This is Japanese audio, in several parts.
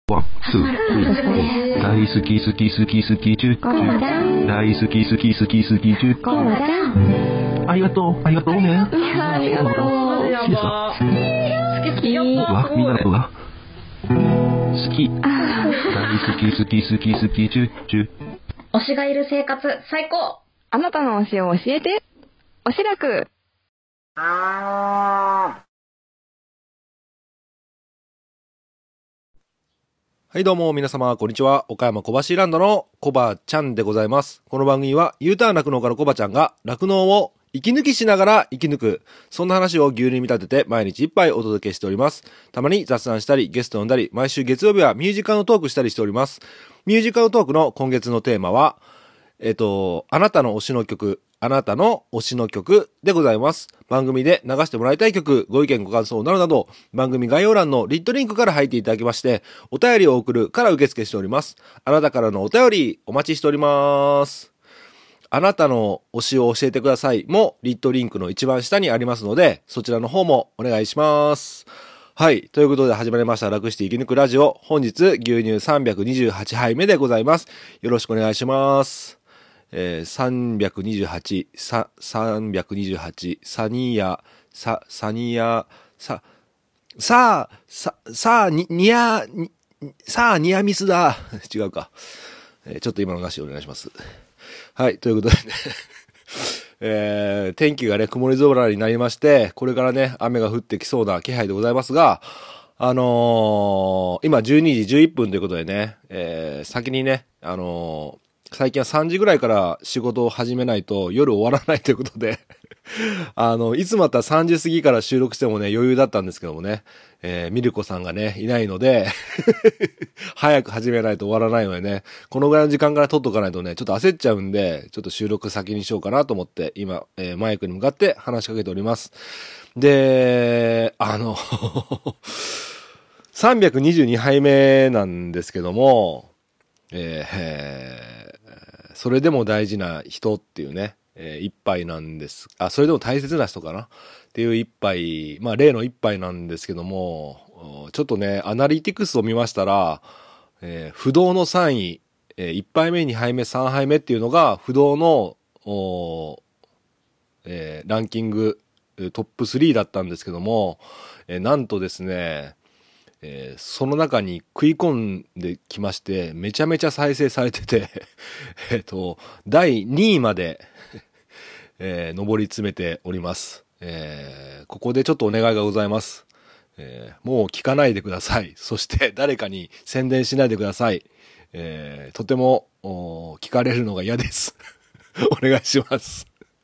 ワン、ツー、大好き好き好き好きチュチュ。大好き好き好き好きチュ。ありがとう、ありがとうね。 ありがとう。 好きさ。 好きよ。 わ、みんなのが好き。大好き好き好き好きチュチュ。 推しがいる生活、最高。 あなたの推しを教えて。推し楽。 はいどうも皆様こんにちは。岡山小橋ランドのコバちゃんでございます。この番組は U ターン酪農家のコバちゃんが酪農を息抜きしながら生き抜く、そんな話を牛乳に見立てて毎日一杯お届けしております。たまに雑談したりゲスト呼んだり、毎週月曜日はミュージカルのトークしたりしております。ミュージカルトークの今月のテーマはあなたの推しの曲、あなたの推しの曲でございます。番組で流してもらいたい曲、ご意見ご感想などなど、番組概要欄のリットリンクから入っていただきまして、お便りを送るから受付しております。あなたからのお便りお待ちしております。あなたの推しを教えてくださいもリットリンクの一番下にありますので、そちらの方もお願いします。はい。ということで始まりました楽して生き抜くラジオ。本日牛乳328杯目でございます。よろしくお願いします。328、328、サニヤ、さあ、ニアミスだ。違うか。ちょっと今のなしお願いします。はい、ということでね、天気がね、曇り空になりまして、これからね、雨が降ってきそうな気配でございますが、今12時11分ということでね、先にね、最近は3時ぐらいから仕事を始めないと夜終わらないということでいつもだったら3時過ぎから収録してもね余裕だったんですけどもね、ミルコさんがねいないので早く始めないと終わらないのでね、このぐらいの時間から撮っとかないとねちょっと焦っちゃうんで、ちょっと収録先にしようかなと思って今、マイクに向かって話しかけております。で322杯目なんですけども、それでも大事な人っていうね、一杯なんです。それでも大切な人かなっていう一杯、まあ例の一杯なんですけども、ちょっとね、アナリティクスを見ましたら、不動の3位、1杯目、2杯目、3杯目っていうのが不動の、ランキングトップ3だったんですけども、なんとですね、その中に食い込んできまして、めちゃめちゃ再生されてて第2位まで上り詰めております。ここでちょっとお願いがございます。もう聞かないでください。そして誰かに宣伝しないでください。とても聞かれるのが嫌です。お願いします。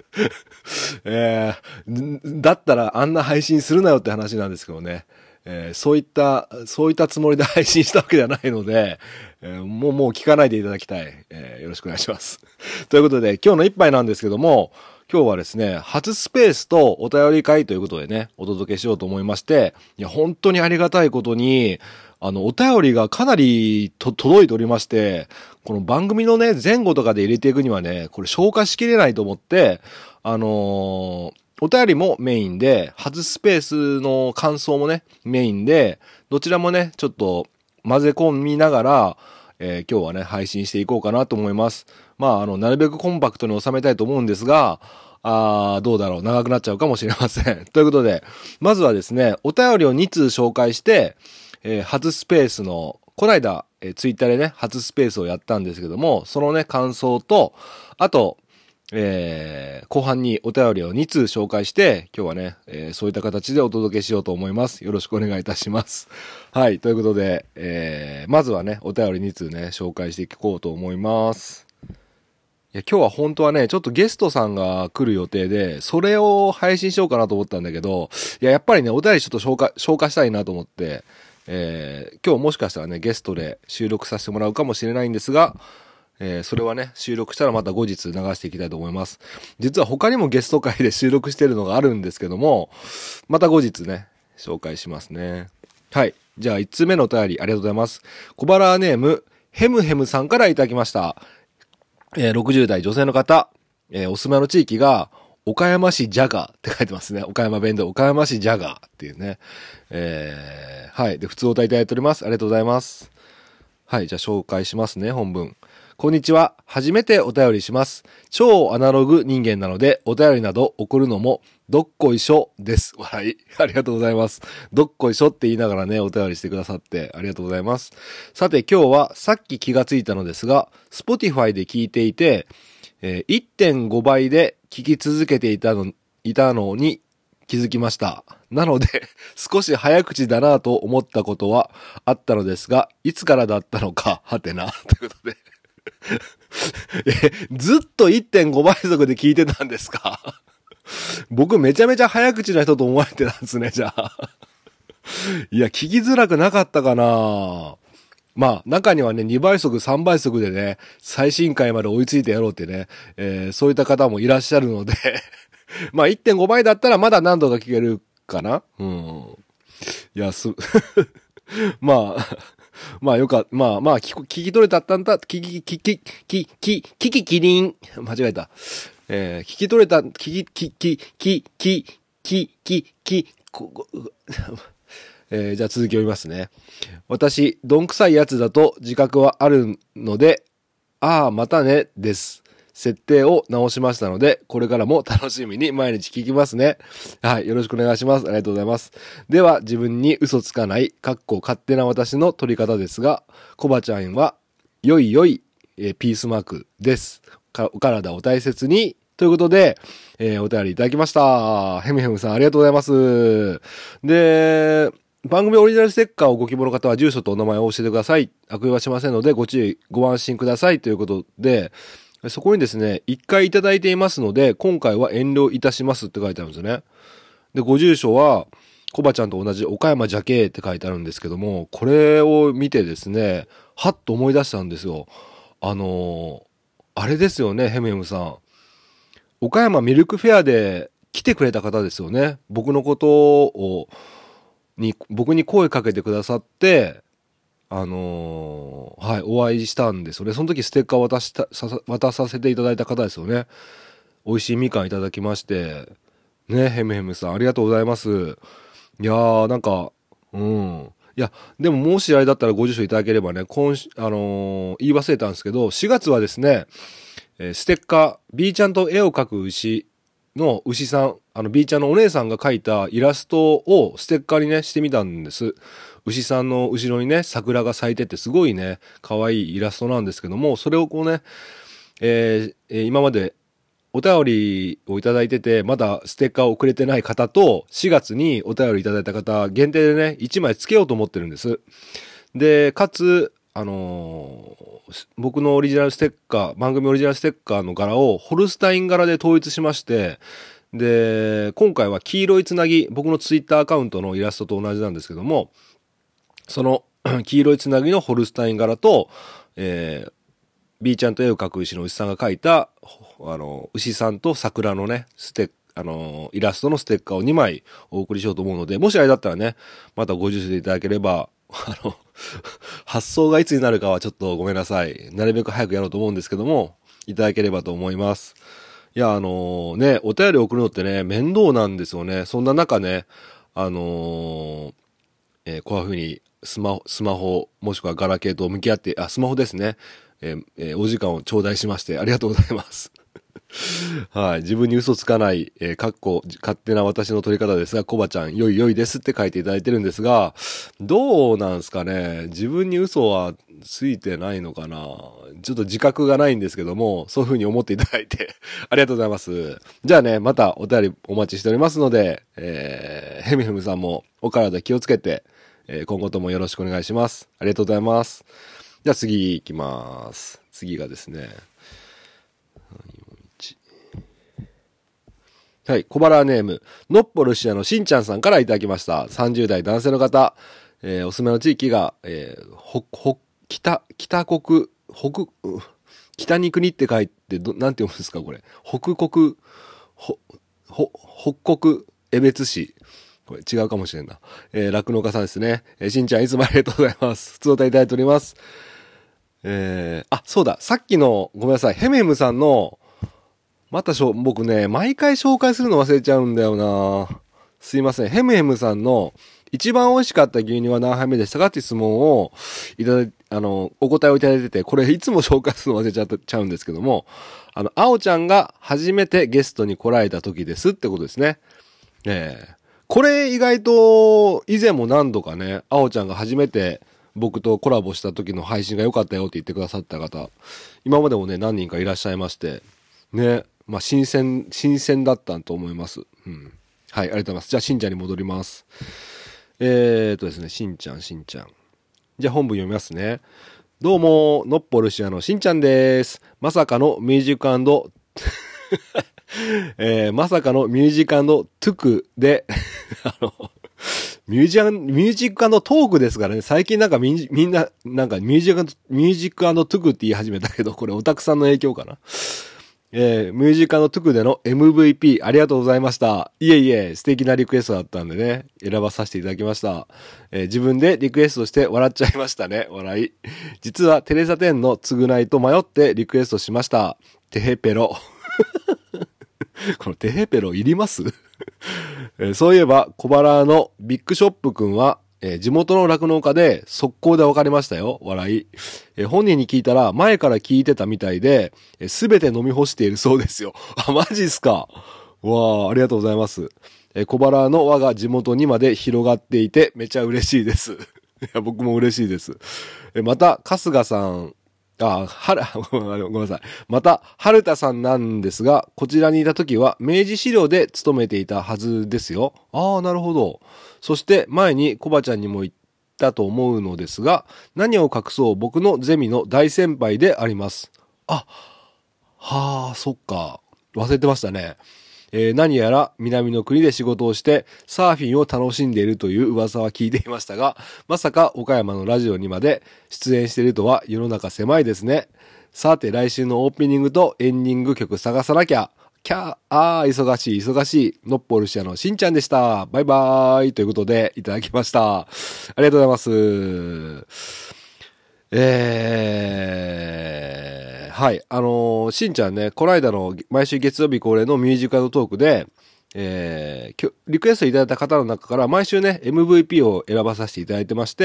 だったらあんな配信するなよって話なんですけどね。そういったつもりで配信したわけではないので、もう聞かないでいただきたい。よろしくお願いします。ということで、今日の一杯なんですけども、今日はですね、初スペースとお便り会ということでね、お届けしようと思いまして、いや、本当にありがたいことに、お便りがかなり届いておりまして、この番組のね、前後とかで入れていくにはね、これ消化しきれないと思って、お便りもメインで、初スペースの感想もね、メインで、どちらもね、ちょっと混ぜ込みながら、今日はね、配信していこうかなと思います。まあ、なるべくコンパクトに収めたいと思うんですが、どうだろう、長くなっちゃうかもしれません。ということで、まずはですね、お便りを2通紹介して、初スペースの、この間、ツイッターでね、初スペースをやったんですけども、そのね、感想と、あと、後半にお便りを2通紹介して、今日はね、そういった形でお届けしようと思います。よろしくお願いいたします。はい、ということで、まずはね、お便り2通ね、紹介していこうと思います。いや、今日は本当はね、ちょっとゲストさんが来る予定で、それを配信しようかなと思ったんだけど、いや、やっぱりね、お便りちょっと消化したいなと思って、今日もしかしたらね、ゲストで収録させてもらうかもしれないんですが、それはね、収録したらまた後日流していきたいと思います。実は他にもゲスト会で収録してるのがあるんですけども、また後日ね、紹介しますね。はい。じゃあ1つ目のお便りありがとうございます。小腹ネーム、ヘムヘムさんからいただきました。60代女性の方、お住まいの地域が、岡山市ジャガーって書いてますね。岡山弁で岡山市ジャガーっていうね。はい。で、普通お歌いただいております。ありがとうございます。 はい、じゃあ紹介しますね、本文。こんにちは。初めてお便りします。超アナログ人間なので、お便りなど送るのも、どっこいしょです。笑い。ありがとうございます。どっこいしょって言いながらね、お便りしてくださってありがとうございます。さて今日はさっき気がついたのですが、Spotify で聞いていて、1.5 倍で聞き続けていたのに気づきました。なので、少し早口だなと思ったことはあったのですが、いつからだったのか、はてな。ということで。ずっと 1.5 倍速で聞いてたんですか？僕めちゃめちゃ早口な人と思われてたんですね、じゃあ。いや、聞きづらくなかったかな。まあ、中にはね、2倍速、3倍速でね、最新回まで追いついてやろうってね、そういった方もいらっしゃるので、まあ、1.5 倍だったらまだ何度か聞けるかな。うん。いや、まあ、まあよかった。まあ、聞き取れたったんだ。キキリン。間違えた。聞き取れた、じゃあ続き読みますね。私、どんくさいやつだと自覚はあるので、ああ、またね、です。設定を直しましたので、これからも楽しみに毎日聞きますね。はい、よろしくお願いします。ありがとうございます。では、自分に嘘つかない、勝手な私の取り方ですが、コバちゃんは、よいよい、ピースマークです。お体を大切に、ということで、お便りいただきました。ヘムヘムさん、ありがとうございます。で、番組オリジナルステッカーをご希望の方は住所とお名前を教えてください。悪用はしませんのでご注意、ご安心くださいということで、そこにですね、1回いただいていますので、今回は遠慮いたしますって書いてあるんですよね。で、ご住所は、コバちゃんと同じ岡山ジャケって書いてあるんですけども、これを見てですね、はっと思い出したんですよ。あれですよね、ヘムヘムさん。岡山ミルクフェアで来てくれた方ですよね。僕に声かけてくださって、はい、お会いしたんですよね。その時ステッカー渡させていただいた方ですよね。美味しいみかんいただきまして。ね、ヘムヘムさん、ありがとうございます。いやー、なんか、いや、でももしあれだったらご住所いただければね、言い忘れたんですけど、4月はですね、ステッカー、B ちゃんと絵を描く牛の牛さん、B ちゃんのお姉さんが描いたイラストをステッカーにね、してみたんです。牛さんの後ろにね、桜が咲いててすごいね、可愛いイラストなんですけども、それをこうね、今までお便りをいただいてて、まだステッカーをくれてない方と、4月にお便りいただいた方、限定でね、1枚つけようと思ってるんです。で、かつ、僕のオリジナルステッカー、番組オリジナルステッカーの柄をホルスタイン柄で統一しまして、で、今回は黄色いつなぎ、僕のツイッターアカウントのイラストと同じなんですけども、その黄色いつなぎのホルスタイン柄と、B ちゃんと絵を描く牛の牛さんが描いた、牛さんと桜のね、イラストのステッカーを2枚お送りしようと思うので、もしあれだったらね、またご住所でいただければ、発送がいつになるかはちょっとごめんなさい。なるべく早くやろうと思うんですけども、いただければと思います。いや、お便り送るのってね、面倒なんですよね。そんな中ね、こういう風にスマホ、もしくはガラケーと向き合って、スマホですね。お時間を頂戴しましてありがとうございます。はい。自分に嘘つかない、勝手な私の取り方ですが、コバちゃん、よいよいですって書いていただいてるんですが、どうなんすかね。自分に嘘はついてないのかな。ちょっと自覚がないんですけども、そういう風に思っていただいて、ありがとうございます。じゃあね、またお便りお待ちしておりますので、ヘミヘムさんもお体気をつけて、今後ともよろしくお願いします。ありがとうございます。じゃあ次行きます。次がですね、はい、小腹ネーム、のっぽルシアのしんちゃんさんからいただきました。30代男性の方、お住まいの地域が、北に国って書いて、なんて読むんですか、これ。北国江別市。これ違うかもしれんな。酪農家さんですね。しんちゃんいつもありがとうございます。普通お歌いただいております。そうだ、さっきの、ごめんなさい、ヘムヘムさんの、僕ね、毎回紹介するの忘れちゃうんだよな。すいません。ヘムヘムさんの一番美味しかった牛乳は何杯目でしたかって質問をいお答えをいただいてて、これいつも紹介するの忘れちゃうんですけども、あおちゃんが初めてゲストに来られた時ですってことですね。これ意外と以前も何度かね、あおちゃんが初めて僕とコラボした時の配信が良かったよって言ってくださった方、今までもね、何人かいらっしゃいまして、ね、まあ新鮮だったと思います。うん。はい、ありがとうございます。じゃあ、しんちゃんに戻ります。ですね、しんちゃん。じゃあ本文読みますね。どうも、ノッポルシアのしんちゃんです。まさかのミュージックまさかのミュージック&トゥクで、ミュージック&トークですからね。最近なんかみんな、なんかミュージック&トゥクって言い始めたけど、これオタクさんの影響かな。ミュージック&トゥクでの MVP ありがとうございました。いえ、素敵なリクエストだったんでね、選ばさせていただきました。自分でリクエストして笑っちゃいましたね。笑い。実はテレサテンの償いと迷ってリクエストしました。テヘペロ。このテヘペロいりますそういえば小腹のビッグショップくんは、地元の酪農家で速攻で別れましたよ。笑い。本人に聞いたら前から聞いてたみたいで、すべて飲み干しているそうですよ。あ、マジっすか。わあ、ありがとうございます。小腹の輪が地元にまで広がっていてめちゃ嬉しいです。いや、僕も嬉しいです。また、春日さん、ごめんなさい。また、春田さんなんですが、こちらにいた時は明治資料で勤めていたはずですよ。ああ、なるほど。そして前にコバちゃんにも言ったと思うのですが、何を隠そう僕のゼミの大先輩であります。あ、はあ、そっか。忘れてましたね。何やら南の国で仕事をしてサーフィンを楽しんでいるという噂は聞いていましたが、まさか岡山のラジオにまで出演しているとは世の中狭いですね。さて来週のオープニングとエンディング曲探さなきゃ。忙しい。ノッポルシアのしんちゃんでした。バイバーイということでいただきました。ありがとうございます。はい。しんちゃんね、この間の毎週月曜日恒例のミュージカルトークで、リクエストいただいた方の中から毎週ね、MVP を選ばさせていただいてまして、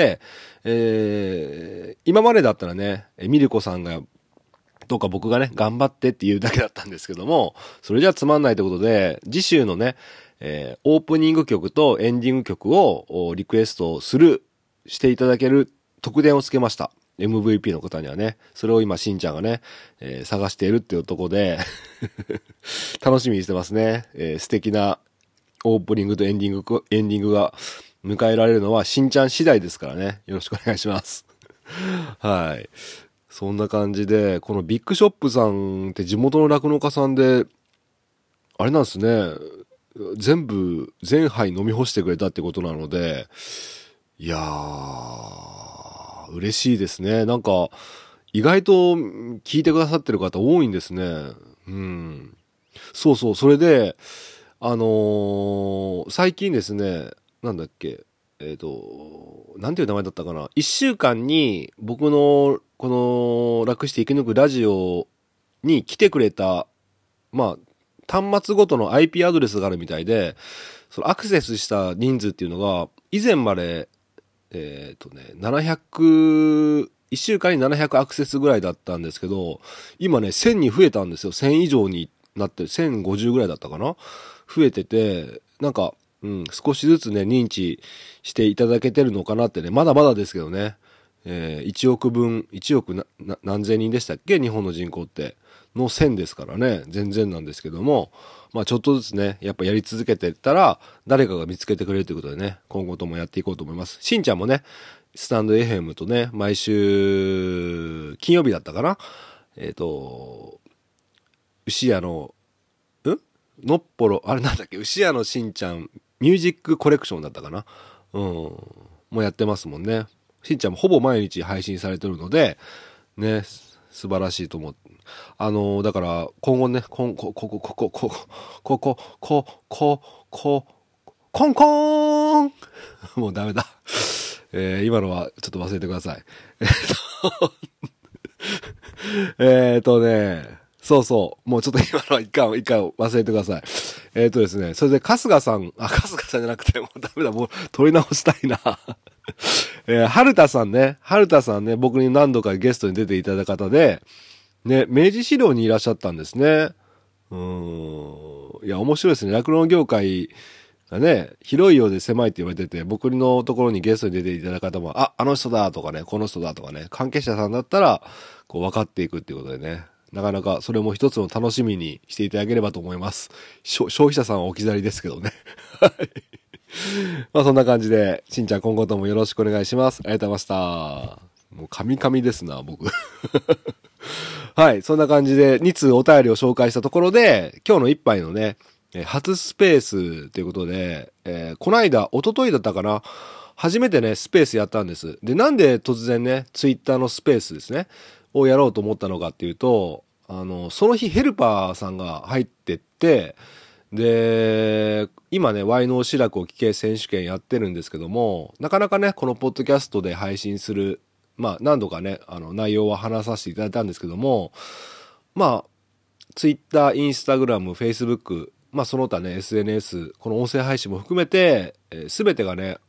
今までだったらね、ミルコさんが、とか僕がね、頑張ってっていうだけだったんですけども、それじゃつまんないということで、次週のね、オープニング曲とエンディング曲をリクエストしていただける特典をつけました。MVP の方にはね、それを今しんちゃんがね、探しているっていうところで楽しみにしてますね。素敵なオープニングとエンディングが迎えられるのはしんちゃん次第ですからね。よろしくお願いします。はい。そんな感じで、このビッグショップさんって地元の酪農家さんで、あれなんですね、全杯飲み干してくれたってことなので、いやー、嬉しいですね。なんか、意外と聞いてくださってる方多いんですね。うん。そう、それで、最近ですね、なんだっけ、なんていう名前だったかな。1週間に僕のこの楽して生き抜くラジオに来てくれた、まあ、端末ごとの IP アドレスがあるみたいで、そのアクセスした人数っていうのが、以前まで、1週間に700アクセスぐらいだったんですけど、今ね、1000に増えたんですよ。1000以上になってる。1050ぐらいだったかな。増えてて、なんか、少しずつね、認知していただけてるのかなってね、まだまだですけどね。1億何千人でしたっけ日本の人口っての1000ですからね、全然なんですけども、まあちょっとずつね、やっぱやり続けてたら誰かが見つけてくれるということでね、今後ともやっていこうと思います。しんちゃんもね、スタンド FM とね、毎週金曜日だったかな、牛屋ののっぽろ、あれなんだっけ、牛屋のしんちゃんミュージックコレクションだったかな、もうやってますもんね。しんちゃんもほぼ毎日配信されてるので、ね、素晴らしいと思う。だから、今後ね、コンコーンもうダメだ。今のはちょっと忘れてください。そう、もうちょっと今のは一回忘れてください。ですね、それで春日さんじゃなくて、もうダメだ、もう取り直したいな。 春田さんね、僕に何度かゲストに出ていただいた方で、ね、明治資料にいらっしゃったんですね。いや、面白いですね。酪農業界がね、広いようで狭いって言われてて、僕のところにゲストに出ていただいた方も、あの人だとかね、この人だとかね、関係者さんだったら、こう分かっていくっていうことでね、なかなかそれも一つの楽しみにしていただければと思います。消費者さんは置き去りですけどね。はい。まあそんな感じで、しんちゃん今後ともよろしくお願いします。ありがとうございました。もうカミカミですな、僕。はい、そんな感じで2通お便りを紹介したところで、今日の一杯のね、初スペースということで、この間、一昨日だったかな、初めてね、スペースやったんです。で、なんで突然ね、ツイッターのスペースですね、をやろうと思ったのかっていうと、その日ヘルパーさんが入ってって、で、今ね、ワイの志らくを聞け選手権やってるんですけども、なかなかね、このポッドキャストで配信する、まあ何度かね、内容は話させていただいたんですけども、まあ、ツイッター、インスタグラム、フェイスブック、まあその他ね、SNS、この音声配信も含めて、すべてがね、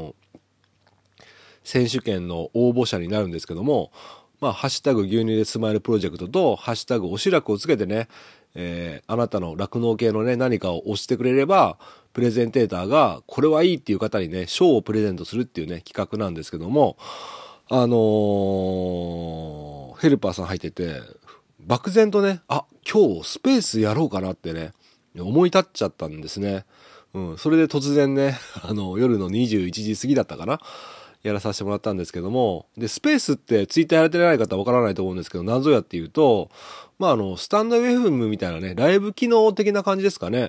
選手権の応募者になるんですけども、まあ、ハッシュタグ牛乳でスマイルプロジェクトと、ハッシュタグおしらくをつけてね、あなたの酪農系のね、何かを押してくれれば、プレゼンテーターが、これはいいっていう方にね、賞をプレゼントするっていうね、企画なんですけども、ヘルパーさん入ってて、漠然とね、今日スペースやろうかなってね、思い立っちゃったんですね。それで突然ね、夜の21時過ぎだったかな。やらさせてもらったんですけども、で、スペースってツイッターやれてない方はわからないと思うんですけど、何ぞやっていうと、まあ、スタンド FM みたいなね、ライブ機能的な感じですかね。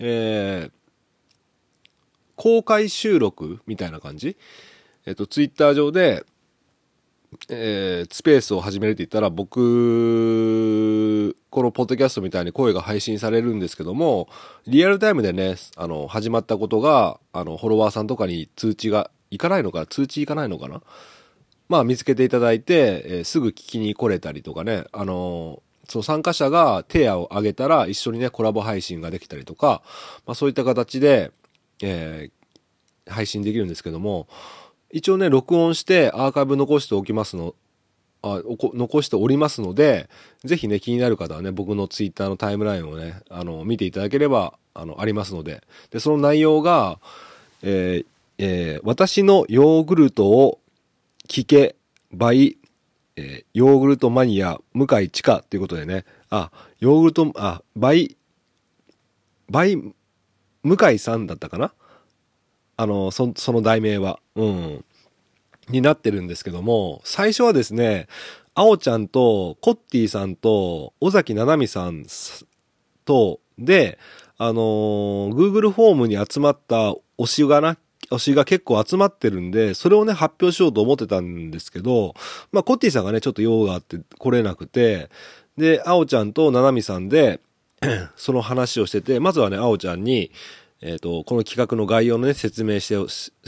公開収録みたいな感じ。ツイッター上で、スペースを始めるって言ったら、僕、このポッドキャストみたいに声が配信されるんですけども、リアルタイムでね、始まったことが、フォロワーさんとかに通知が行かないのかな、通知行かないのかな、まあ見つけていただいて、すぐ聞きに来れたりとかね、その参加者が手を挙げたら一緒にね、コラボ配信ができたりとか、まあそういった形で、配信できるんですけども、一応ね、録音してアーカイブ残しておきますの、残しておりますので、ぜひね、気になる方はね、僕のツイッターのタイムラインをね、見ていただければ、ありますので、で、その内容が、私のヨーグルトを聞け by、ヨーグルトマニア向井千佳ということでね、ヨーグルト、by 向井さんだったかな、その題名は、になってるんですけども、最初はですね、あおちゃんとコッティさんと尾崎七海さんとで、Google フォームに集まった推しが結構集まってるんで、それをね、発表しようと思ってたんですけど、まあ、コッティさんがね、ちょっと用があって来れなくて、で、あおちゃんと七海さんで、その話をしてて、まずはね、あおちゃんに、この企画の概要のね、説明して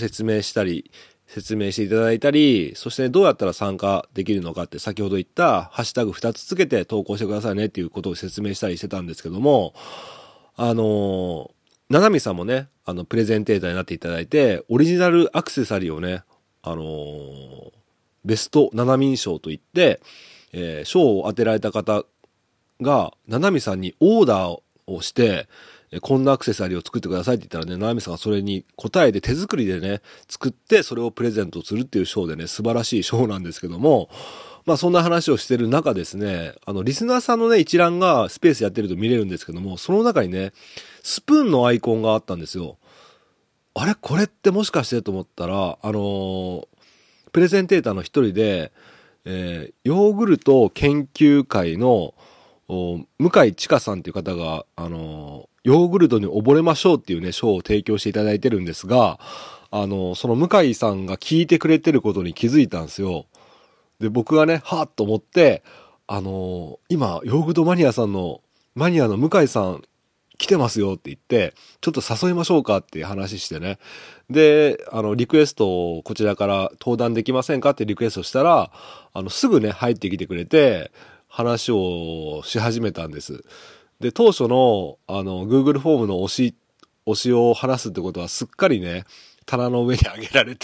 いただいたり、そしてね、どうやったら参加できるのかって先ほど言ったハッシュタグ2つつけて投稿してくださいねっていうことを説明したりしてたんですけども、七海さんもね、プレゼンテーターになっていただいて、オリジナルアクセサリーをね、ベスト七海賞といって、賞を当てられた方が、七海さんにオーダーをして、こんなアクセサリーを作ってくださいって言ったらね、七海さんがそれに答えて手作りでね、作ってそれをプレゼントするっていう賞でね、素晴らしい賞なんですけども、まあそんな話をしてる中ですね、リスナーさんのね、一覧がスペースやってると見れるんですけども、その中にね、スプーンのアイコンがあったんですよ。あれこれってもしかしてと思ったら、プレゼンテーターの一人で、ヨーグルト研究会の向井千佳さんっていう方が、ヨーグルトに溺れましょうっていうね、賞を提供していただいてるんですが、その向井さんが聞いてくれてることに気づいたんですよ。で、僕がね、はぁっと思って、今、ヨーグルトマニアの向井さん来てますよって言って、ちょっと誘いましょうかって話してね。で、リクエストをこちらから登壇できませんかってリクエストしたら、すぐね、入ってきてくれて、話をし始めたんです。で、当初の、Google フォームの推しを話すってことはすっかりね、棚の上に上げられて、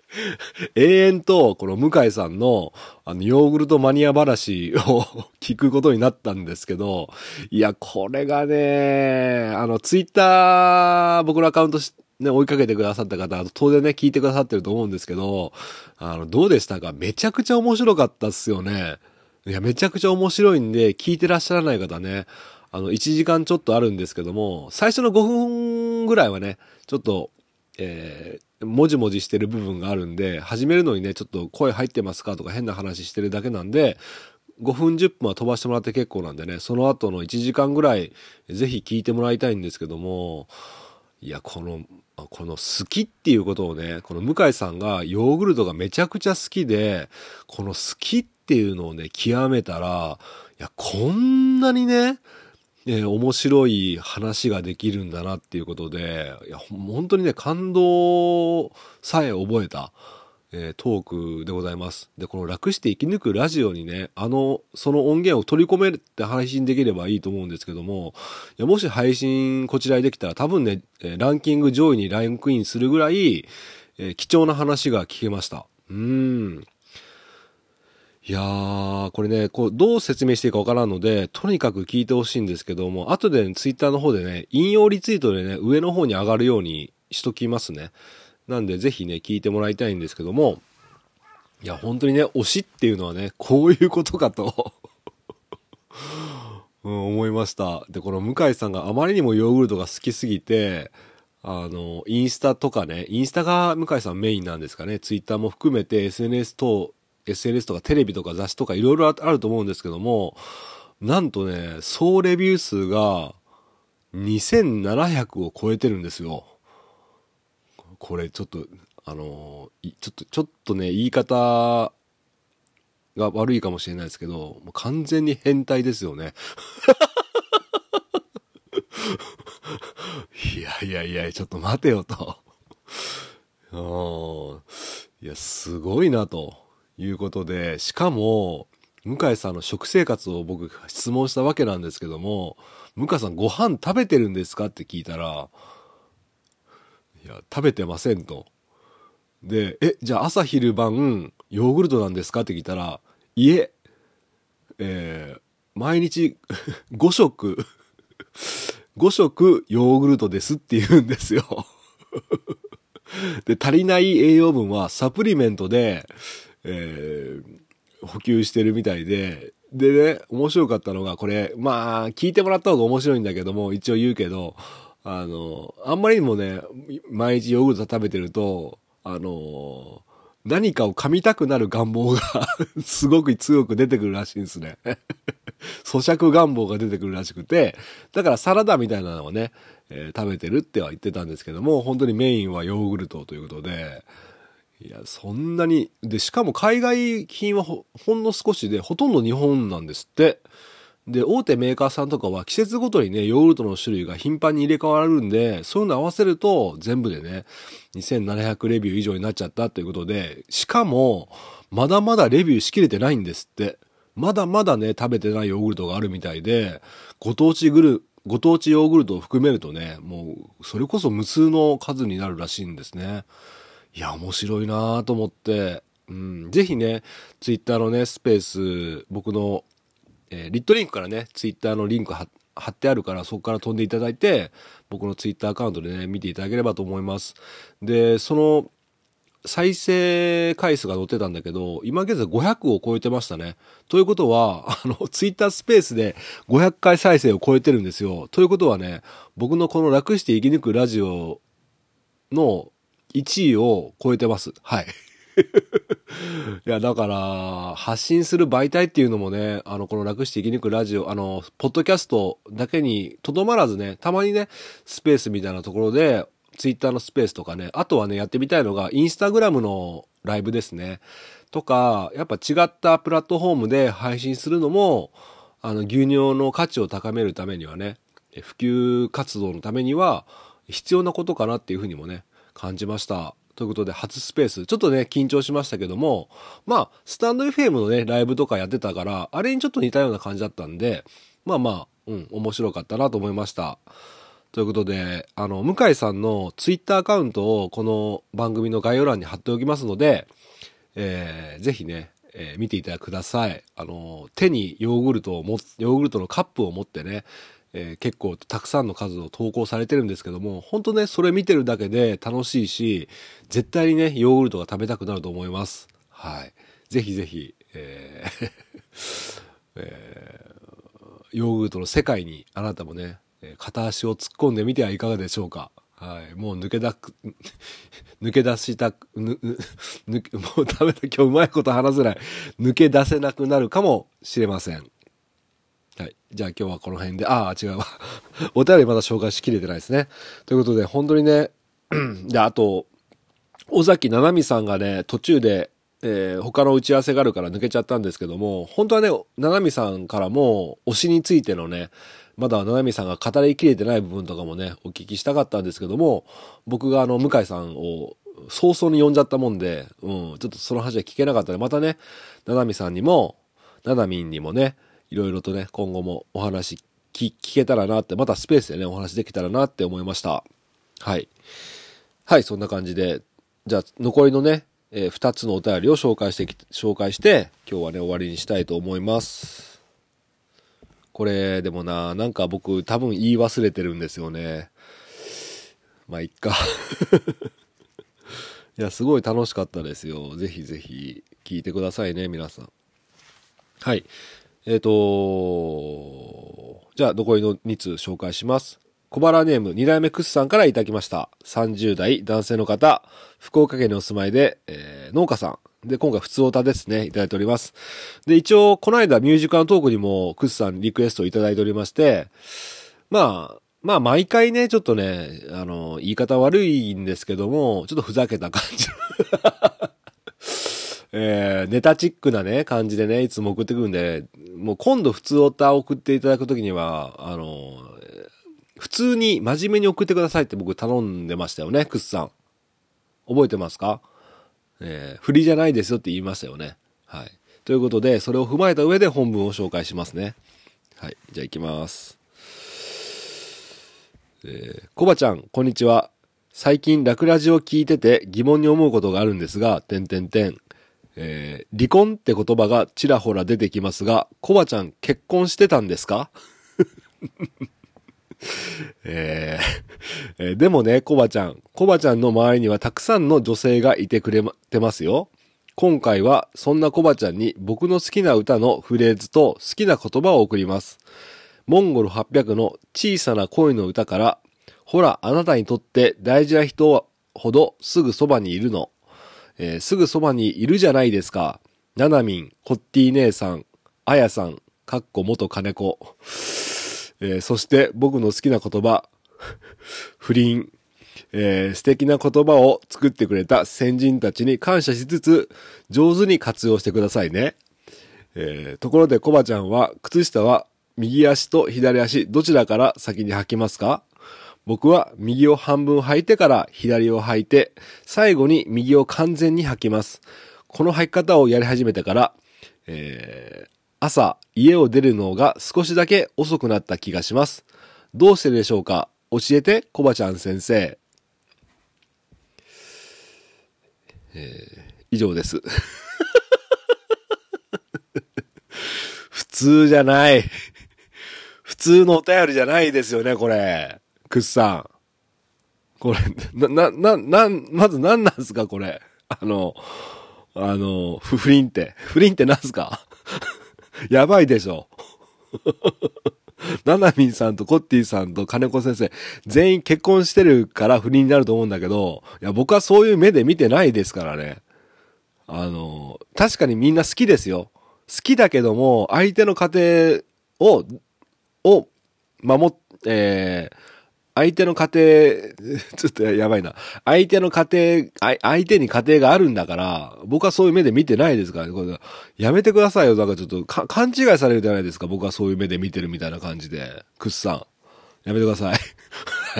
永遠とこの向井さんのヨーグルトマニア話を聞くことになったんですけど、いや、これがね、ツイッター僕のアカウントね、追いかけてくださった方、当然ね、聞いてくださってると思うんですけど、どうでしたか？めちゃくちゃ面白かったっすよね。いや、めちゃくちゃ面白いんで、聞いてらっしゃらない方ね、1時間ちょっとあるんですけども、最初の5分ぐらいはね、ちょっと、もじもじしてる部分があるんで、始めるのにね、ちょっと声入ってますかとか変な話してるだけなんで、5分10分は飛ばしてもらって結構なんでね、その後の1時間ぐらい、ぜひ聞いてもらいたいんですけども、いや、この好きっていうことをね、この向井さんがヨーグルトがめちゃくちゃ好きで、この好きっていうのをね、極めたら、いや、こんなにね、面白い話ができるんだなっていうことで、いや、本当にね、感動さえ覚えた、トークでございます。で、この楽して生き抜くラジオにね、その音源を取り込めて配信できればいいと思うんですけども、いや、もし配信こちらでできたら多分ね、ランキング上位にランクインするぐらい、貴重な話が聞けました。いやー、これね、どう説明していいかわからんので、とにかく聞いてほしいんですけども、後で、ね、ツイッターの方でね、引用リツイートでね、上の方に上がるようにしときますね。なんで、ぜひね、聞いてもらいたいんですけども、いや、本当にね、推しっていうのはね、こういうことかと、思いました。で、この向井さんがあまりにもヨーグルトが好きすぎて、インスタとかね、インスタが向井さんメインなんですかね、ツイッターも含めて SNS とかテレビとか雑誌とかいろいろあると思うんですけども、なんとね、総レビュー数が2700を超えてるんですよ。これちょっと、ちょっとね、言い方が悪いかもしれないですけど、もう完全に変態ですよね。いや、ちょっと待てよと。いや、すごいなということで、しかも、向井さんの食生活を僕質問したわけなんですけども、向井さんご飯食べてるんですかって聞いたら、いや、食べてませんと。で、じゃあ朝昼晩ヨーグルトなんですかって聞いたら、いえ、毎日5食ヨーグルトですって言うんですよ。で、足りない栄養分はサプリメントで、補給してるみたいで、でね、面白かったのが、これ、まあ、聞いてもらった方が面白いんだけども、一応言うけど、あんまりにもね、毎日ヨーグルト食べてると、何かを噛みたくなる願望がすごく強く出てくるらしいんですね。咀嚼願望が出てくるらしくて、だからサラダみたいなのをね、食べてるっては言ってたんですけども、本当にメインはヨーグルトということで、いや、そんなに、で、しかも海外品はほんの少しで、ほとんど日本なんですって。で、大手メーカーさんとかは季節ごとにね、ヨーグルトの種類が頻繁に入れ替わるんで、そういうの合わせると全部でね、2700レビュー以上になっちゃったということで、しかも、まだまだレビューしきれてないんですって。まだまだね、食べてないヨーグルトがあるみたいで、ご当地ヨーグルトを含めるとね、もう、それこそ無数の数になるらしいんですね。いや、面白いなぁと思って、ぜひね、ツイッターのね、スペース、僕の、リットリンクからね、ツイッターのリンク貼ってあるから、そこから飛んでいただいて、僕のツイッターアカウントでね、見ていただければと思います。で、その、再生回数が載ってたんだけど、今現在500を超えてましたね。ということは、ツイッタースペースで500回再生を超えてるんですよ。ということはね、僕のこの楽して生き抜くラジオの1位を超えてます。はい。いや、だから、発信する媒体っていうのもね、この楽して生き抜くラジオ、ポッドキャストだけにとどまらずね、たまにね、スペースみたいなところで、ツイッターのスペースとかね、あとはね、やってみたいのが、インスタグラムのライブですね。とか、やっぱ違ったプラットフォームで配信するのも、牛乳の価値を高めるためにはね、普及活動のためには必要なことかなっていうふうにもね、感じました。ということで、初スペース。ちょっとね、緊張しましたけども、まあ、スタンド FM のね、ライブとかやってたから、あれにちょっと似たような感じだったんで、まあ、面白かったなと思いました。 ということで、向井さんのツイッターアカウントをこの番組の概要欄に貼っておきますので、ぜひね、見ていただください。手にヨーグルトのカップを持ってね、結構たくさんの数を投稿されてるんですけども、本当ね、それ見てるだけで楽しいし、絶対にね、ヨーグルトが食べたくなると思います。はい。ぜひぜひ、ヨーグルトの世界にあなたもね、片足を突っ込んでみてはいかがでしょうか。はい。もう抜け出したく、もうダメだ、今日うまいこと話せない。抜け出せなくなるかもしれません。はい。じゃあ今日はこの辺で、違うわ。お便りまだ紹介しきれてないですね。ということで、本当にね、で、あと、尾崎七海さんがね、途中で、他の打ち合わせがあるから抜けちゃったんですけども、本当はね、七海さんからも推しについてのね、まだ七海さんが語りきれてない部分とかもね、お聞きしたかったんですけども、僕が向井さんを早々に呼んじゃったもんで、ちょっとその話は聞けなかったので、またね、七海さんにも、七海にもね、いろいろとね、今後もお話聞けたらなって、またスペースでね、お話できたらなって思いました。はい。はい、そんな感じで、じゃあ残りのね、2つのお便りを紹介して、今日はね、終わりにしたいと思います。これ、でもなんか僕多分言い忘れてるんですよね。まあ、いっか。いや、すごい楽しかったですよ。ぜひぜひ聞いてくださいね、皆さん。はい。じゃあ残りの2通紹介します。小原ネーム2代目クスさんからいただきました。30代男性の方、福岡県にお住まいで、農家さん。で、今回普通オタですね、いただいております。で、一応、この間ミュージカルトークにもクスさんリクエストをいただいておりまして、まあ、毎回ね、ちょっとね、言い方悪いんですけども、ちょっとふざけた感じ。ネタチックなね、感じでね、いつも送ってくるんで、もう今度普通オタ送っていただくときには、普通に真面目に送ってくださいって僕頼んでましたよね、クスさん。覚えてますか？振りじゃないですよって言いましたよね。はい。ということで、それを踏まえた上で本文を紹介しますね。はい。じゃあ行きます。コバちゃん、こんにちは。最近ラクラジを聞いてて疑問に思うことがあるんですが、離婚って言葉がちらほら出てきますが、コバちゃん結婚してたんですか？でもね、コバちゃんの周りにはたくさんの女性がいてくれてますよ。今回はそんなコバちゃんに僕の好きな歌のフレーズと好きな言葉を送ります。モンゴル800の小さな恋の歌から、ほらあなたにとって大事な人ほどすぐそばにいるの。すぐそばにいるじゃないですか。ななみん、コッティ姉さん、あやさん、元金子。そして僕の好きな言葉、不倫。素敵な言葉を作ってくれた先人たちに感謝しつつ、上手に活用してくださいね。ところでコバちゃんは、靴下は右足と左足どちらから先に履きますか？僕は右を半分履いてから左を履いて、最後に右を完全に履きます。この履き方をやり始めてから、朝家を出るのが少しだけ遅くなった気がします。どうしてでしょうか？教えて、コバちゃん先生。以上です。普通じゃない。普通のお便りじゃないですよね、これ。クッさん。これ、まず何なんすか、これ。不倫って。不倫って何すか？やばいでしょ。ナナミンさんとコッティさんと金子先生、全員結婚してるから不倫になると思うんだけど、いや、僕はそういう目で見てないですからね。確かにみんな好きですよ。好きだけども、相手の家庭を守相手の家庭、ちょっとやばいな。相手に家庭があるんだから、僕はそういう目で見てないですからね。これやめてくださいよ。なんかちょっと勘違いされるじゃないですか。僕はそういう目で見てるみたいな感じで。クッさん。やめてください。はい。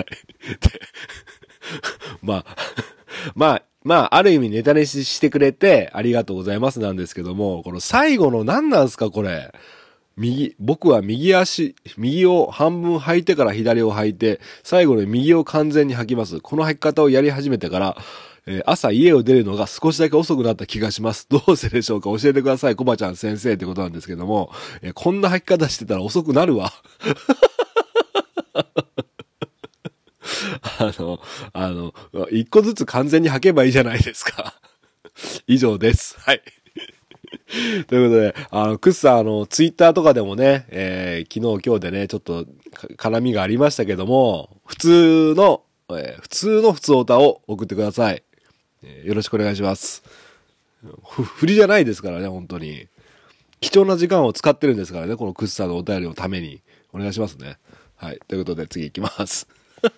まあ、ある意味ネタにしてくれてありがとうございますなんですけども、この最後の何なんすかこれ。 僕は右を半分履いてから左を履いて、最後に右を完全に履きます。この履き方をやり始めてから、朝家を出るのが少しだけ遅くなった気がします。どうせでしょうか、教えてください、コバちゃん先生ってことなんですけども、こんな履き方してたら遅くなるわ。一個ずつ完全に履けばいいじゃないですか。以上です。はい。ということで、クッサツイッターとかでもね、昨日今日でね、ちょっと絡みがありましたけども、普通の普通歌を送ってください。よろしくお願いします。振りじゃないですからね、本当に。貴重な時間を使ってるんですからね、このクッサのお便りのために。お願いしますね。はい。ということで次行きます。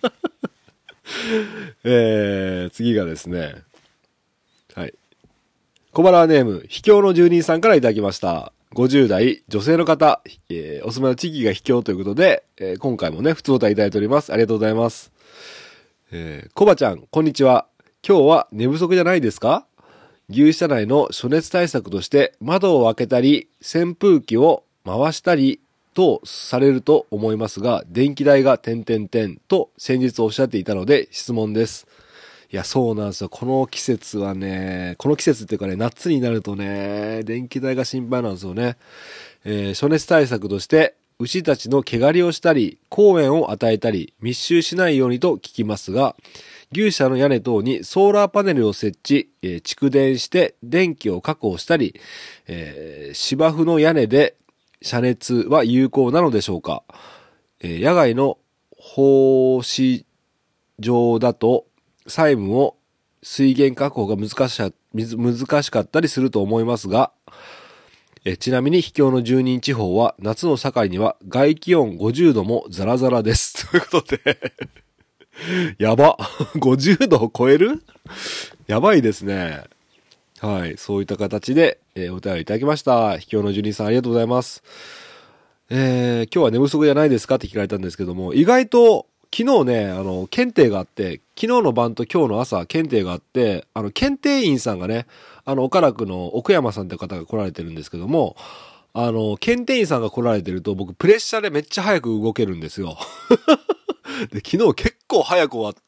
次がですね、はい。小腹ネーム、秘境の住人さんからいただきました。50代、女性の方、お住まいの地域が秘境ということで、今回もね、普通歌いただいております。ありがとうございます。コバちゃん、こんにちは。今日は寝不足じゃないですか？牛舎内の暑熱対策として窓を開けたり、扇風機を回したりとされると思いますが、電気代が点々点と先日おっしゃっていたので質問です。いや、そうなんですよ。この季節はね、この季節っていうかね、夏になるとね、電気代が心配なんですよね。暑熱対策として、牛たちの毛刈りをしたり、公園を与えたり、密集しないようにと聞きますが、牛舎の屋根等にソーラーパネルを設置、蓄電して電気を確保したり、芝生の屋根で遮熱は有効なのでしょうか？野外の放飼場だと細部を水源確保が難しかったりすると思いますが、ちなみに秘境の住人地方は夏の境には外気温50度もザラザラです。ということで、やば。50度を超える？やばいですね。はい。そういった形で、お便りいただきました。秘境の住人さんありがとうございます。今日は寝不足じゃないですかって聞かれたんですけども、意外と昨日ね、検定があって、昨日の晩と今日の朝検定があって、検定員さんがね、岡楽の奥山さんって方が来られてるんですけども、検定員さんが来られてると僕プレッシャーでめっちゃ早く動けるんですよ。で、昨日結構早く終わって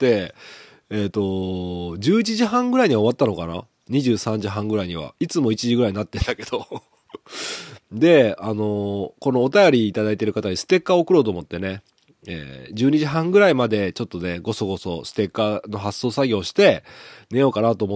、11時半ぐらいには終わったのかな ?23 時半ぐらいには。いつも1時ぐらいになってんだけど。で、このお便りいただいてる方にステッカーを送ろうと思ってね、12時半ぐらいまでちょっとね、ごそごそステッカーの発送作業して寝ようかなと思って、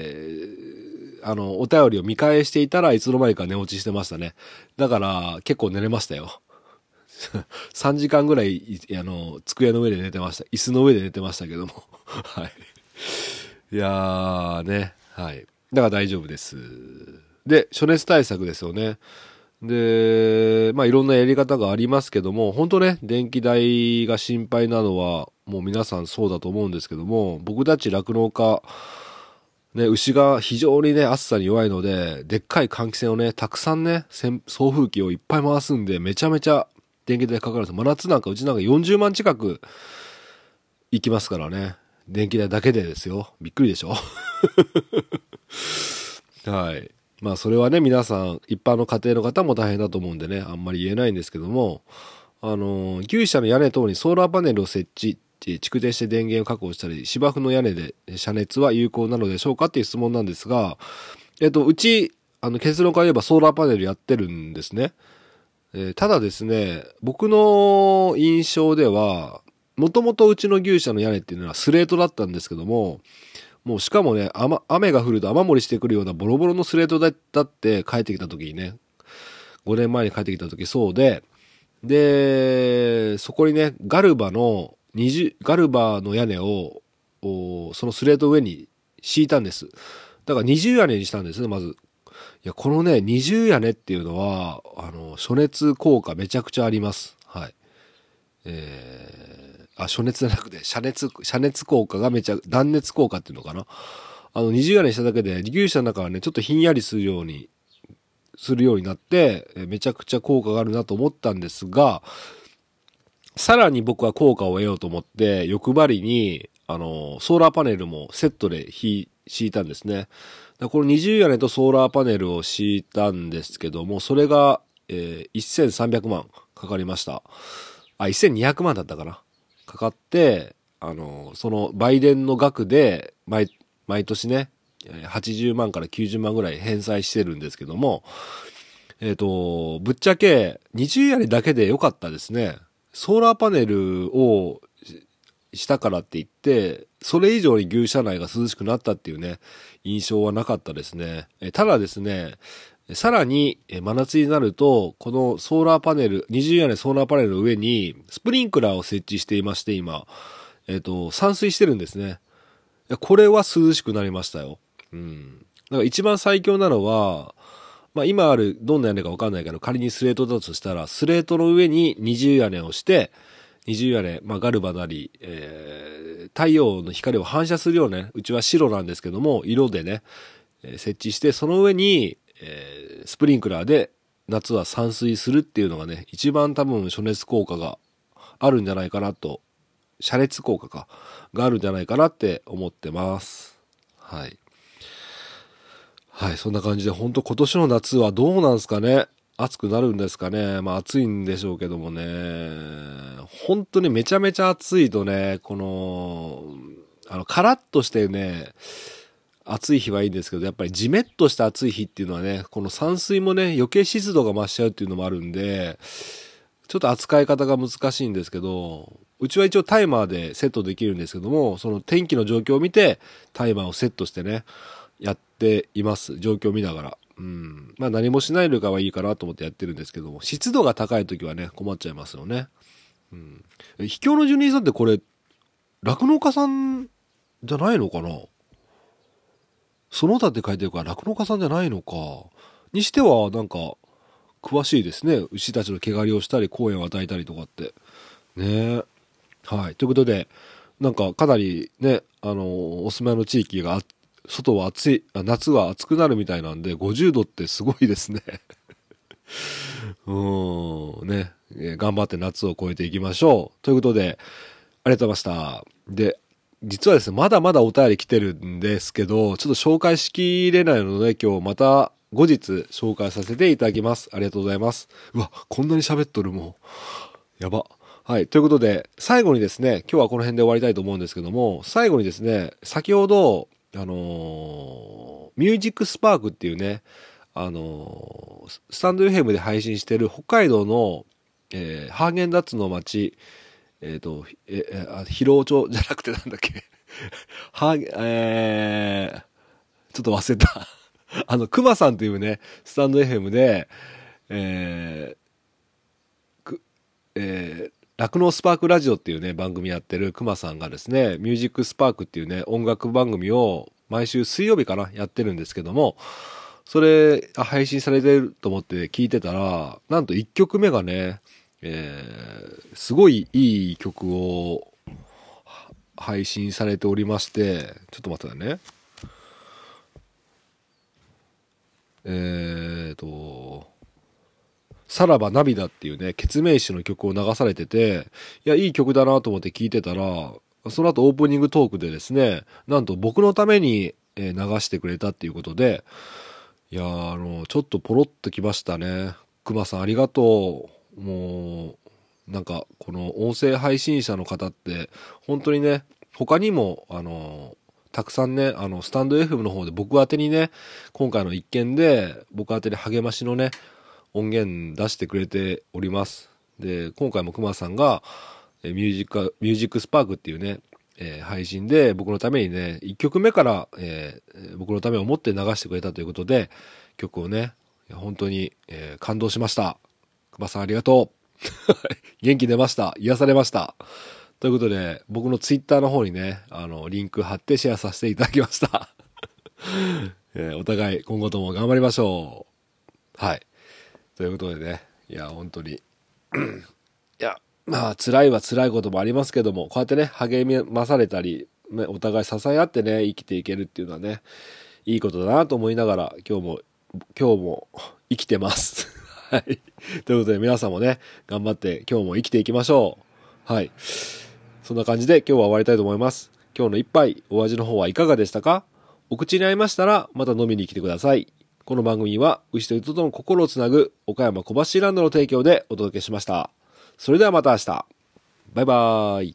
お便りを見返していたらいつの間にか寝落ちしてましたね。だから結構寝れましたよ。3時間ぐらい、机の上で寝てました。椅子の上で寝てましたけども。はい。いやーね。はい。だから大丈夫です。で、暑熱対策ですよね。で、まあいろんなやり方がありますけども、本当ね、電気代が心配なのは、もう皆さんそうだと思うんですけども、僕たち酪農家、ね、牛が非常にね、暑さに弱いので、でっかい換気扇をね、たくさんね、送風機をいっぱい回すんで、めちゃめちゃ電気代かかるんです。真夏なんかうちなんか40万近く行きますからね。電気代だけでですよ。びっくりでしょはい。まあそれはね、皆さん、一般の家庭の方も大変だと思うんでね、あんまり言えないんですけども、牛舎の屋根等にソーラーパネルを設置、蓄電して電源を確保したり、芝生の屋根で遮熱は有効なのでしょうかっていう質問なんですが、うち、結論から言えばソーラーパネルやってるんですね。ただですね、僕の印象では、もともとうちの牛舎の屋根っていうのはスレートだったんですけども、もうしかもね、雨が降ると雨漏りしてくるようなボロボロのスレートだって帰ってきた時にね、5年前に帰ってきた時そうで、で、そこにね、ガルバの屋根を、そのスレート上に敷いたんです。だから二重屋根にしたんですね、まず。いや、このね、二重屋根っていうのは、暑熱効果めちゃくちゃあります。はい。暑熱じゃなくて、遮熱効果が断熱効果っていうのかな。二重屋根にしただけで、牛舎の中はね、ちょっとひんやりするようになって、めちゃくちゃ効果があるなと思ったんですが、さらに僕は効果を得ようと思って、欲張りに、ソーラーパネルもセットで敷いたんですね。この二重屋根とソーラーパネルを敷いたんですけども、それが、 1300万かかりました。1200万だったかな。かかって、その売電の額で毎年ね、80万から90万ぐらい返済してるんですけども、ぶっちゃけ20やりだけで良かったですね。ソーラーパネルをしたからって言って、それ以上に牛舎内が涼しくなったっていうね、印象はなかったですね。ただですね、さらに真夏になると、このソーラーパネル、20屋根ソーラーパネルの上にスプリンクラーを設置していまして、今、散水してるんですね。これは涼しくなりましたよ。だから一番最強なのは、今あるどんな屋根かわかんないけど、仮にスレートだとしたら、スレートの上に20屋根をして、20屋根、ガルバなり、太陽の光を反射するようなね、うちは白なんですけども、色でね、設置して、その上に、スプリンクラーで夏は散水するっていうのがね、一番多分暑熱効果があるんじゃないかなと、遮熱効果があるんじゃないかなって思ってます。はい。はい、そんな感じで、本当今年の夏はどうなんですかね。暑くなるんですかね。暑いんでしょうけどもね。本当にめちゃめちゃ暑いとね、カラッとしてね、暑い日はいいんですけど、やっぱりジメッとした暑い日っていうのはね、この散水もね、余計湿度が増しちゃうっていうのもあるんで、ちょっと扱い方が難しいんですけど、うちは一応タイマーでセットできるんですけども、その天気の状況を見て、タイマーをセットしてね、やっています。状況を見ながら。何もしないよりかはいいかなと思ってやってるんですけども、湿度が高い時はね、困っちゃいますよね。秘境の住人さんってこれ、酪農家さんじゃないのかな？その他って書いてるから酪農家さんじゃないのか。にしては、なんか、詳しいですね。牛たちの毛刈りをしたり、公園を与えたりとかって。ねえ。はい。ということで、なんかかなりね、お住まいの地域が外は暑い、夏は暑くなるみたいなんで、50度ってすごいですね。ね、頑張って夏を越えていきましょう。ということで、ありがとうございました。で、実はですね、まだまだお便り来てるんですけど、ちょっと紹介しきれないので、今日また後日紹介させていただきます。ありがとうございます。うわ、こんなに喋っとるもん。やば。はい。ということで、最後にですね、今日はこの辺で終わりたいと思うんですけども、最後にですね、先ほど、ミュージックスパークっていうね、スタンド FM で配信してる北海道の、ハーゲンダッツの町、広尾町じゃなくてなんだっけちょっと忘れた。熊さんというね、スタンド FM で、酪農スパークラジオっていうね、番組やってる熊さんがですね、ミュージックスパークっていうね、音楽番組を毎週水曜日かな、やってるんですけども、それ配信されてると思って聞いてたら、なんと1曲目がね、すごいいい曲を配信されておりまして、ちょっと待ってね。さらば涙っていうね、ケツメイシの曲を流されてて、いや、いい曲だなと思って聞いてたら、その後オープニングトークでですね、なんと僕のために流してくれたっていうことで、いやちょっとポロッときましたね。熊さんありがとう。もう、なんか、この音声配信者の方って、本当にね、他にも、たくさんね、スタンド FM の方で僕宛てにね、今回の一件で、僕宛てに励ましのね、音源出してくれております。で、今回も熊さんが、ミュージックスパークっていうね、配信で僕のためにね、1曲目から、僕のためを思って流してくれたということで、曲をね、本当に、感動しました。熊さんありがとう。元気出ました。癒されました。ということで、僕のツイッターの方にね、リンク貼ってシェアさせていただきました。お互い今後とも頑張りましょう。はい。ということでね、いや、本当に。いや、辛いは辛いこともありますけども、こうやってね、励まされたり、ね、お互い支え合ってね、生きていけるっていうのはね、いいことだなと思いながら、今日も生きてます。はい。ということで、皆さんもね、頑張って今日も生きていきましょう。はい。そんな感じで今日は終わりたいと思います。今日の一杯、お味の方はいかがでしたか？お口に合いましたら、また飲みに来てください。 この番組は牛と人との心をつなぐ岡山小橋ランドの提供でお届けしました。それではまた明日。バイバーイ。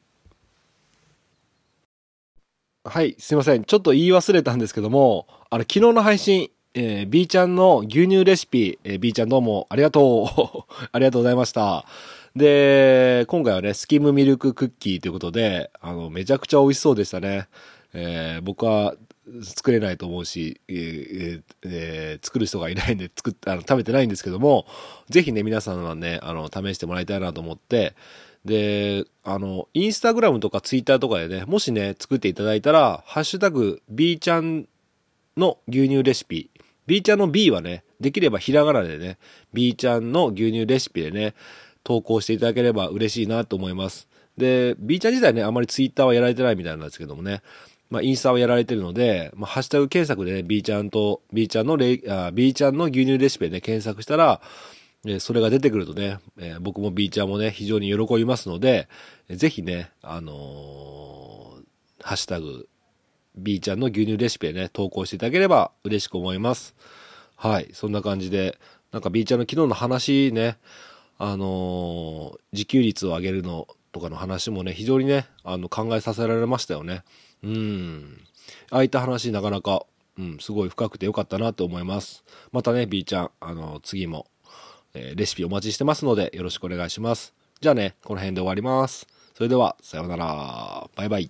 はい、すいません。ちょっと言い忘れたんですけども、昨日の配信、B ちゃんの牛乳レシピ、B ちゃんどうもありがとう。ありがとうございました。で、今回はね、スキムミルククッキーということで、めちゃくちゃ美味しそうでしたね。僕は作れないと思うし、作る人がいないんで食べてないんですけども、ぜひね、皆さんはね、試してもらいたいなと思って、で、インスタグラムとかツイッターとかでね、もしね、作っていただいたら、ハッシュタグ B ちゃんの牛乳レシピ、B ちゃんの B はね、できればひらがなでね、B ちゃんの牛乳レシピでね、投稿していただければ嬉しいなと思います。で、B ちゃん自体ね、あまりツイッターはやられてないみたいなんですけどもね、インスタはやられてるので、ハッシュタグ検索でね、B ちゃんの牛乳レシピでね、検索したら、それが出てくるとね、僕も B ちゃんもね、非常に喜びますので、ぜひね、ハッシュタグ、B ちゃんの牛乳レシピでね、投稿していただければ嬉しく思います。はい、そんな感じで、なんか B ちゃんの昨日の話ね、自給率を上げるのとかの話もね、非常にね、考えさせられましたよね。ああいった話なかなか、すごい深くてよかったなと思います。またね、B ちゃん、次も、レシピお待ちしてますので、よろしくお願いします。じゃあね、この辺で終わります。それでは、さようなら。バイバイ。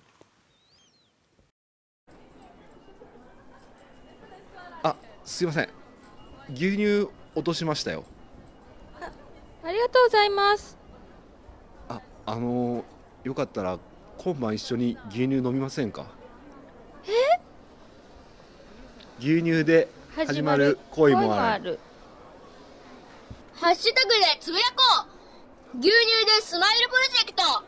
すいません。牛乳落としましたよ。 ありがとうございます。 よかったら今晩一緒に牛乳飲みませんか？牛乳で始まる恋もある。 ハッシュタグでつぶやこう。牛乳でスマイルプロジェクト。